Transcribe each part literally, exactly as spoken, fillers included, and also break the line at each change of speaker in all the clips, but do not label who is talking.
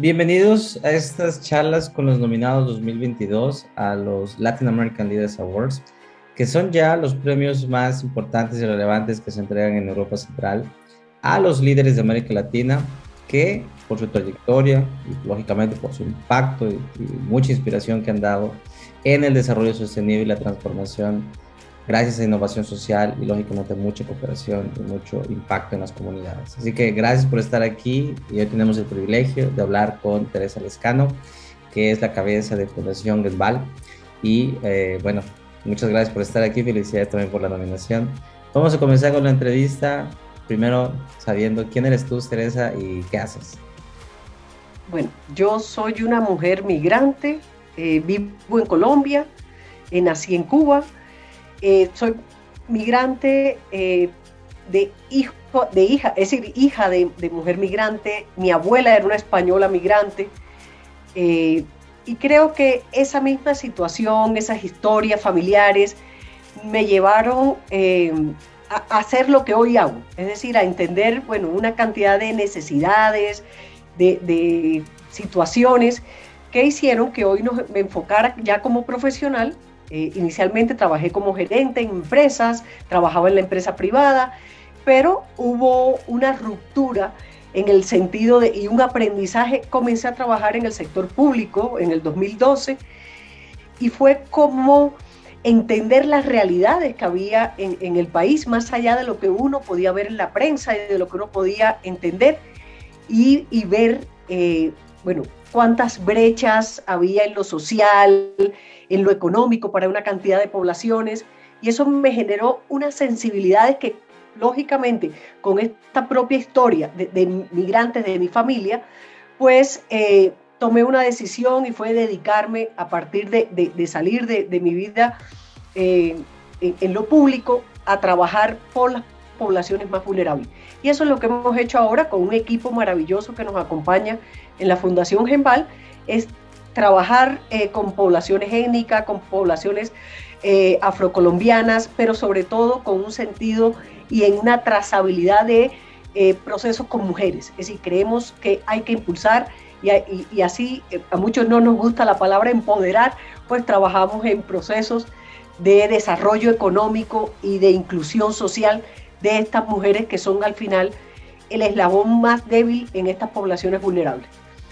Bienvenidos a estas charlas con los nominados dos mil veintidós a los Latin American Leaders Awards, que son ya los premios más importantes y relevantes que se entregan en Europa Central a los líderes de América Latina que, por su trayectoria y lógicamente por su impacto y, y mucha inspiración que han dado en el desarrollo sostenible y la transformación gracias a innovación social y lógicamente mucha cooperación y mucho impacto en las comunidades. Así que gracias por estar aquí y hoy tenemos el privilegio de hablar con Teresa Lescano, que es la cabeza de Fundación Genval. Y eh, bueno, muchas gracias por estar aquí, felicidades también por la nominación. Vamos a comenzar con la entrevista, primero sabiendo quién eres tú, Teresa, y qué haces.
Bueno, yo soy una mujer migrante, eh, vivo en Colombia, eh, nací en Cuba. Eh, soy migrante eh, de, hijo, de hija, es decir, hija de, de mujer migrante. Mi abuela era una española migrante. Eh, y creo que esa misma situación, esas historias familiares, me llevaron eh, a, a hacer lo que hoy hago. Es decir, a entender, bueno, una cantidad de necesidades, de, de situaciones que hicieron que hoy nos, me enfocara ya como profesional. Eh, inicialmente trabajé como gerente en empresas, trabajaba en la empresa privada, pero hubo una ruptura en el sentido de, y un aprendizaje. Comencé a trabajar en el sector público en el dos mil doce y fue como entender las realidades que había en, en el país, más allá de lo que uno podía ver en la prensa y de lo que uno podía entender y, y ver, eh, bueno, cuántas brechas había en lo social, en lo económico para una cantidad de poblaciones, y eso me generó unas sensibilidades que, lógicamente, con esta propia historia de, de migrantes de mi familia, pues eh, tomé una decisión y fue dedicarme a partir de, de, de salir de, de mi vida eh, en, en lo público a trabajar por las poblaciones más vulnerables. Y eso es lo que hemos hecho ahora con un equipo maravilloso que nos acompaña en la Fundación Genval, es trabajar eh, con poblaciones étnicas, con poblaciones eh, afrocolombianas, pero sobre todo con un sentido y en una trazabilidad de eh, procesos con mujeres. Es decir, creemos que hay que impulsar y, y, y así, eh, a muchos no nos gusta la palabra empoderar, pues trabajamos en procesos de desarrollo económico y de inclusión social de estas mujeres que son al final el eslabón más débil en estas poblaciones vulnerables.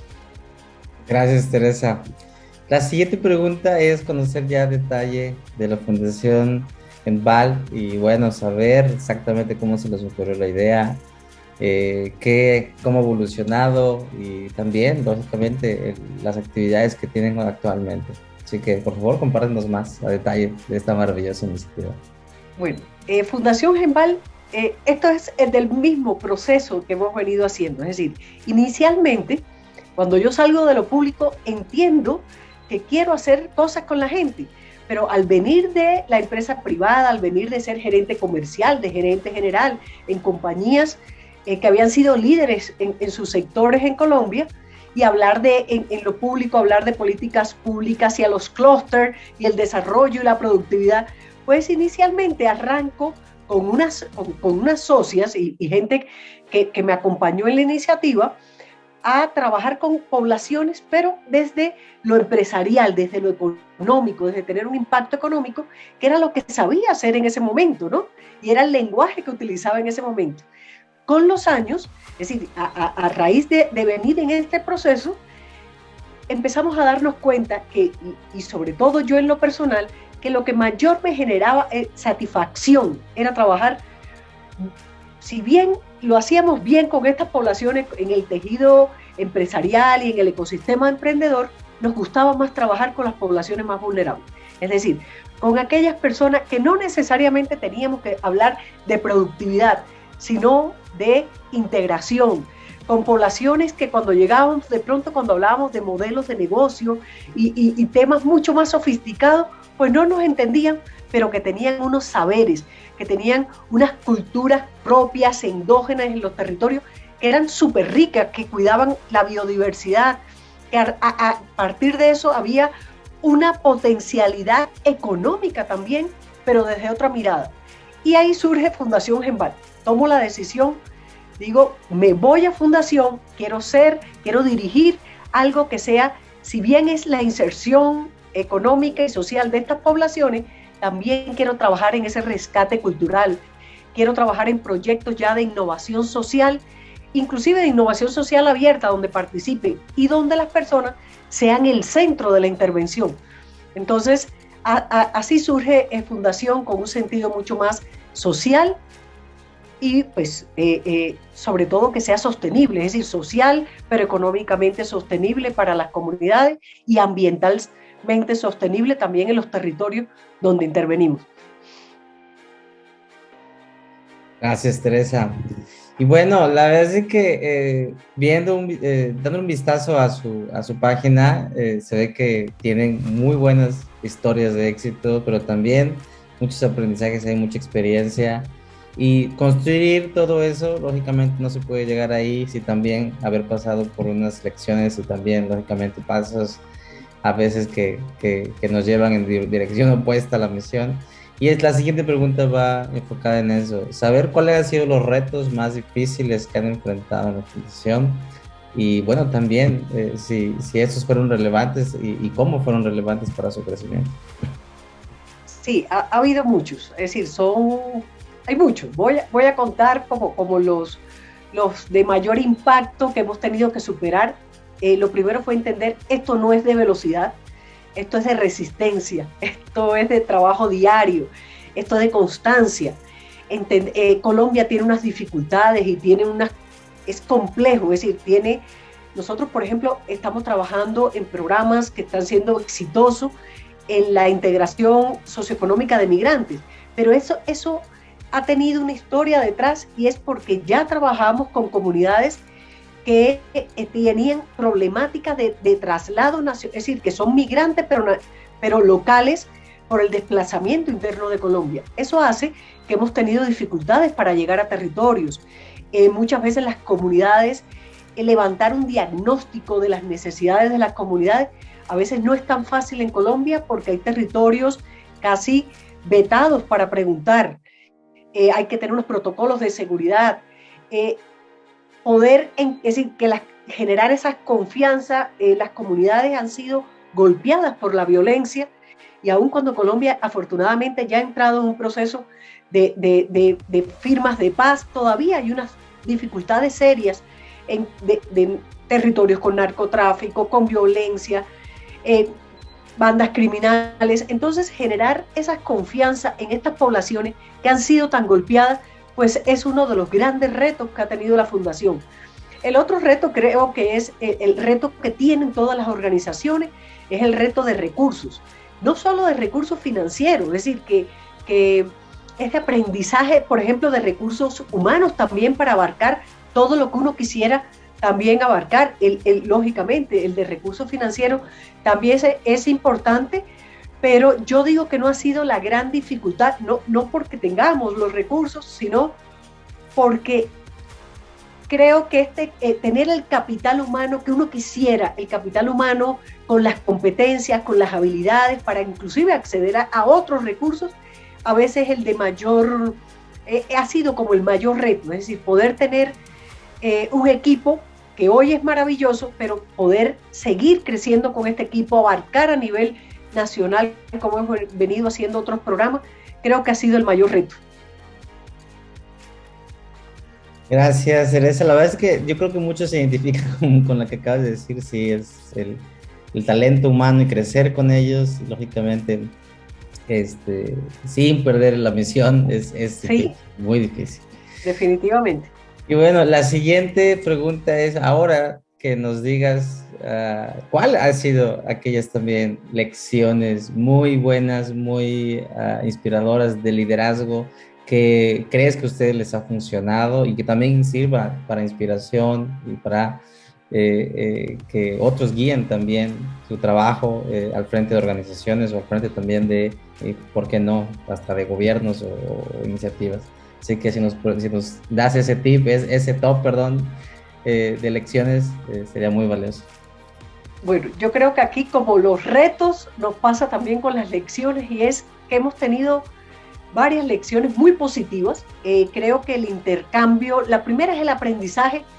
Gracias, Teresa. La siguiente pregunta es conocer ya detalle de la Fundación Genval y, bueno, saber exactamente cómo se les ocurrió la idea, eh, qué, cómo ha evolucionado y también, lógicamente, el, las actividades que tienen actualmente. Así que, por favor, compártenos más a detalle de esta maravillosa iniciativa.
Bueno, eh, Fundación Genval, eh, esto es el del mismo proceso que hemos venido haciendo. Es decir, inicialmente, cuando yo salgo de lo público, entiendo que quiero hacer cosas con la gente, pero al venir de la empresa privada, al venir de ser gerente comercial, de gerente general en compañías eh, que habían sido líderes en, en sus sectores en Colombia, y hablar de, en, en lo público, hablar de políticas públicas y a los clústeres y el desarrollo y la productividad, pues inicialmente arranco con unas, con, con unas socias y, y gente que, que me acompañó en la iniciativa, a trabajar con poblaciones, pero desde lo empresarial, desde lo económico, desde tener un impacto económico, que era lo que sabía hacer en ese momento, ¿no? Y era el lenguaje que utilizaba en ese momento. Con los años, es decir, a, a, a raíz de, de venir en este proceso, empezamos a darnos cuenta que, y, y sobre todo yo en lo personal, que lo que mayor me generaba eh, satisfacción era trabajar, si bien lo hacíamos bien con estas poblaciones en el tejido empresarial y en el ecosistema emprendedor, nos gustaba más trabajar con las poblaciones más vulnerables. Es decir, con aquellas personas que no necesariamente teníamos que hablar de productividad, sino de integración, con poblaciones que cuando llegábamos, de pronto cuando hablábamos de modelos de negocio y, y, y temas mucho más sofisticados, pues no nos entendían, pero que tenían unos saberes, que tenían unas culturas propias, endógenas en los territorios, que eran súper ricas, que cuidaban la biodiversidad, que a, a, a partir de eso había una potencialidad económica también, pero desde otra mirada. Y ahí surge Fundación Genval. Tomo la decisión, digo, me voy a Fundación, quiero ser, quiero dirigir algo que sea, si bien es la inserción económica y social de estas poblaciones, también quiero trabajar en ese rescate cultural, quiero trabajar en proyectos ya de innovación social, inclusive de innovación social abierta, donde participen y donde las personas sean el centro de la intervención. Entonces, a, a, así surge eh, Fundación con un sentido mucho más social y pues eh, eh, sobre todo que sea sostenible, es decir, social, pero económicamente sostenible para las comunidades y ambientalmente sostenible también en los territorios donde intervenimos.
Gracias, Teresa. Y bueno, la verdad es que eh, viendo un, eh, dando un vistazo a su, a su página, eh, se ve que tienen muy buenas historias de éxito, pero también muchos aprendizajes, hay mucha experiencia. Y construir todo eso, lógicamente no se puede llegar ahí si también haber pasado por unas lecciones y también, lógicamente, pasos a veces que, que, que nos llevan en dirección opuesta a la misión. Y es, la siguiente pregunta va enfocada en eso, saber cuáles han sido los retos más difíciles que han enfrentado en la fundación y bueno, también eh, si, si esos fueron relevantes y, y cómo fueron relevantes para su crecimiento.
Sí, ha, ha habido muchos, es decir, son, hay muchos, voy a, voy a contar como, como los, los de mayor impacto que hemos tenido que superar. Eh, lo primero fue entender, esto no es de velocidad, esto es de resistencia, esto es de trabajo diario, esto es de constancia. Entend eh, Colombia tiene unas dificultades y tiene unas, es complejo, es decir, tiene, nosotros por ejemplo estamos trabajando en programas que están siendo exitosos en la integración socioeconómica de migrantes, pero eso, eso ha tenido una historia detrás y es porque ya trabajamos con comunidades que tenían problemáticas de, de traslado nacional, es decir, que son migrantes pero, pero locales por el desplazamiento interno de Colombia. Eso hace que hemos tenido dificultades para llegar a territorios. Eh, muchas veces las comunidades, eh, levantar un diagnóstico de las necesidades de las comunidades, a veces no es tan fácil en Colombia porque hay territorios casi vetados para preguntar. Eh, hay que tener unos protocolos de seguridad. Eh, poder, en, es decir, que la, generar esa confianza, eh, las comunidades han sido golpeadas por la violencia y aun cuando Colombia afortunadamente ya ha entrado en un proceso de, de, de, de firmas de paz, todavía hay unas dificultades serias en, de, de territorios con narcotráfico, con violencia, eh, bandas criminales. Entonces generar esa confianza en estas poblaciones que han sido tan golpeadas pues es uno de los grandes retos que ha tenido la Fundación. El otro reto creo que es el, el reto que tienen todas las organizaciones, es el reto de recursos, no solo de recursos financieros, es decir, que, que este aprendizaje, por ejemplo, de recursos humanos también para abarcar todo lo que uno quisiera también abarcar, el, el, lógicamente el de recursos financieros también es, es importante, pero yo digo que no ha sido la gran dificultad, no, no porque tengamos los recursos, sino porque creo que este, eh, tener el capital humano que uno quisiera, el capital humano con las competencias, con las habilidades, para inclusive acceder a, a otros recursos, a veces el de mayor, eh, ha sido como el mayor reto, es decir, poder tener eh, un equipo que hoy es maravilloso, pero poder seguir creciendo con este equipo, abarcar a nivel nacional, como hemos venido haciendo otros programas, creo que ha sido el mayor reto.
Gracias, Teresa. La verdad es que yo creo que muchos se identifican con, con lo que acabas de decir, sí, es el, el talento humano y crecer con ellos, y lógicamente, este, sin perder la misión, es, es
sí,
difícil, muy difícil.
Definitivamente.
Y bueno, la siguiente pregunta es, ahora que nos digas uh, cuál ha sido aquellas también lecciones muy buenas, muy uh, inspiradoras de liderazgo que crees que a ustedes les ha funcionado y que también sirva para inspiración y para eh, eh, que otros guíen también su trabajo eh, al frente de organizaciones o al frente también de, eh, ¿por qué no?, hasta de gobiernos o, o iniciativas. Así que si nos, si nos das ese tip, ese top, perdón, eh, de lecciones, eh, sería muy valioso.
Bueno, yo creo que aquí como los retos nos pasa también con las lecciones y es que hemos tenido varias lecciones muy positivas. Eh, creo que el intercambio, la primera es el aprendizaje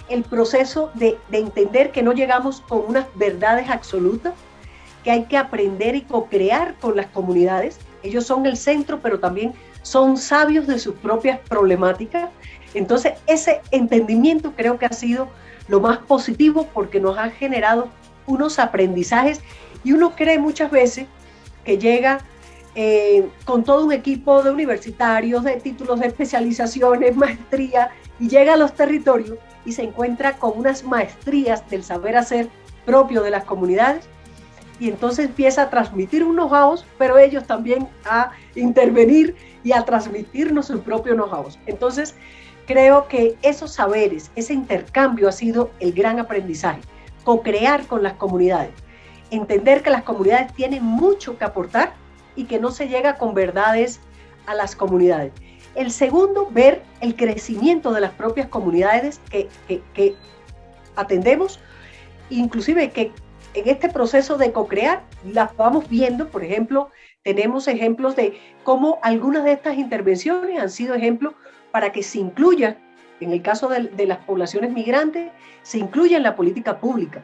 el proceso de, de entender que no llegamos con unas verdades absolutas, que hay que aprender y co-crear con las comunidades. Ellos son el centro, pero también son sabios de sus propias problemáticas. Entonces, ese entendimiento creo que ha sido lo más positivo porque nos ha generado unos aprendizajes y uno cree muchas veces que llega eh, con todo un equipo de universitarios, de títulos de especializaciones, maestría, y llega a los territorios y se encuentra con unas maestrías del saber hacer propio de las comunidades, y entonces empieza a transmitir unos know-how, pero ellos también a intervenir y a transmitirnos su propio know-how. Entonces, creo que esos saberes, ese intercambio ha sido el gran aprendizaje, co-crear con las comunidades, entender que las comunidades tienen mucho que aportar y que no se llega con verdades a las comunidades. El segundo, ver el crecimiento de las propias comunidades que, que, que atendemos, inclusive que en este proceso de co-crear las vamos viendo. Por ejemplo, tenemos ejemplos de cómo algunas de estas intervenciones han sido ejemplos para que se incluya, en el caso de, de las poblaciones migrantes, se incluya en la política pública.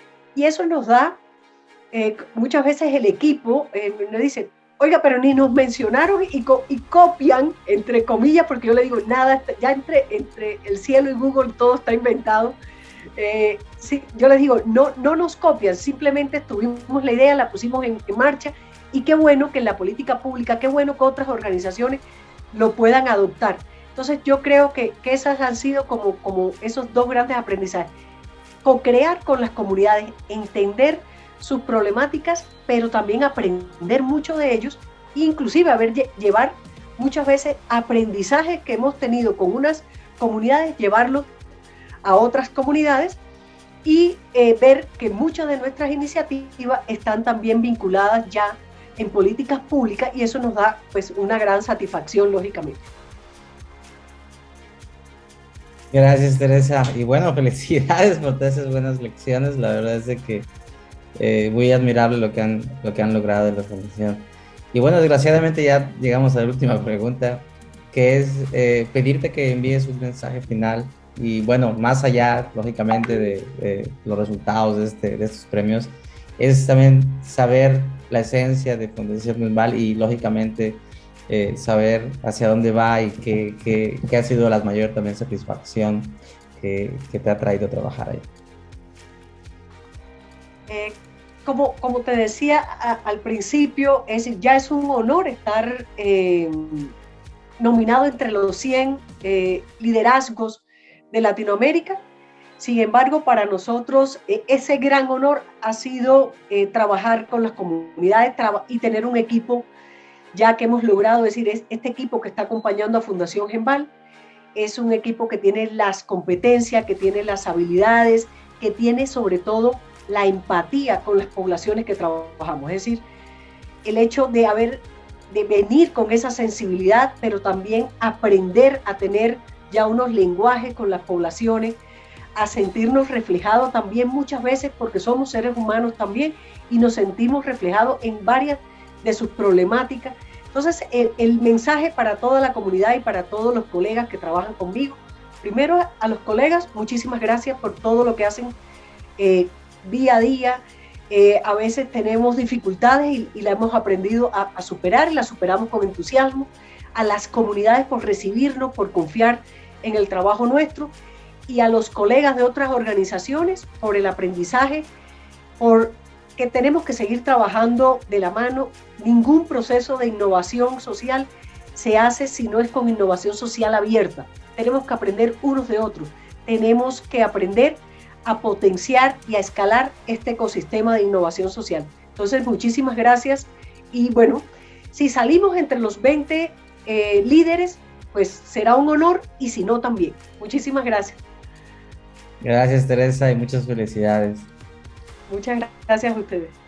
Y eso nos da, eh, muchas veces el equipo eh, nos dice, oiga, pero ni nos mencionaron y, co y copian, entre comillas, porque yo le digo, nada, ya entre, entre el cielo y Google todo está inventado. Eh, sí, yo les digo, no, no nos copian, simplemente tuvimos la idea, la pusimos en, en marcha, y qué bueno que en la política pública, qué bueno que otras organizaciones lo puedan adoptar. Entonces yo creo que, que esas han sido como, como esos dos grandes aprendizajes, co-crear con las comunidades, entender sus problemáticas, pero también aprender mucho de ellos, inclusive a ver, llevar muchas veces aprendizajes que hemos tenido con unas comunidades, llevarlos a otras comunidades y eh, ver que muchas de nuestras iniciativas están también vinculadas ya en políticas públicas, y eso nos da pues una gran satisfacción, lógicamente.
Gracias, Teresa, y bueno, felicidades por todas esas buenas lecciones. La verdad es de que eh, muy admirable lo que han, lo que han logrado en la fundación. Y bueno, desgraciadamente ya llegamos a la última pregunta, que es eh, pedirte que envíes un mensaje final. Y bueno, más allá, lógicamente, de, de los resultados de, este, de estos premios, es también saber la esencia de Fundación MIMBAL y, lógicamente, eh, saber hacia dónde va y qué, qué, qué ha sido la mayor también satisfacción que, que te ha traído trabajar ahí.
Eh, como, como te decía a, al principio, es decir, ya es un honor estar eh, nominado entre los cien eh, liderazgos de Latinoamérica. Sin embargo, para nosotros eh, ese gran honor ha sido eh, trabajar con las comunidades y tener un equipo ya que hemos logrado, es decir, es este equipo que está acompañando a Fundación GEMBAL es un equipo que tiene las competencias, que tiene las habilidades, que tiene sobre todo la empatía con las poblaciones que trabajamos. Es decir, el hecho de haber, de venir con esa sensibilidad, pero también aprender a tener ya unos lenguajes con las poblaciones, a sentirnos reflejados también muchas veces, porque somos seres humanos también y nos sentimos reflejados en varias de sus problemáticas. Entonces, el, el mensaje para toda la comunidad y para todos los colegas que trabajan conmigo, primero a los colegas, muchísimas gracias por todo lo que hacen eh, día a día. Eh, a veces tenemos dificultades y, y la hemos aprendido a, a superar y la superamos con entusiasmo. A las comunidades por recibirnos, por confiar en el trabajo nuestro, y a los colegas de otras organizaciones por el aprendizaje, por que tenemos que seguir trabajando de la mano. Ningún proceso de innovación social se hace si no es con innovación social abierta. Tenemos que aprender unos de otros, tenemos que aprender a potenciar y a escalar este ecosistema de innovación social. Entonces, muchísimas gracias, y bueno, si salimos entre los veinte eh, líderes, pues será un honor, y si no también. Muchísimas gracias.
Gracias, Teresa, y muchas felicidades.
Muchas gracias a ustedes.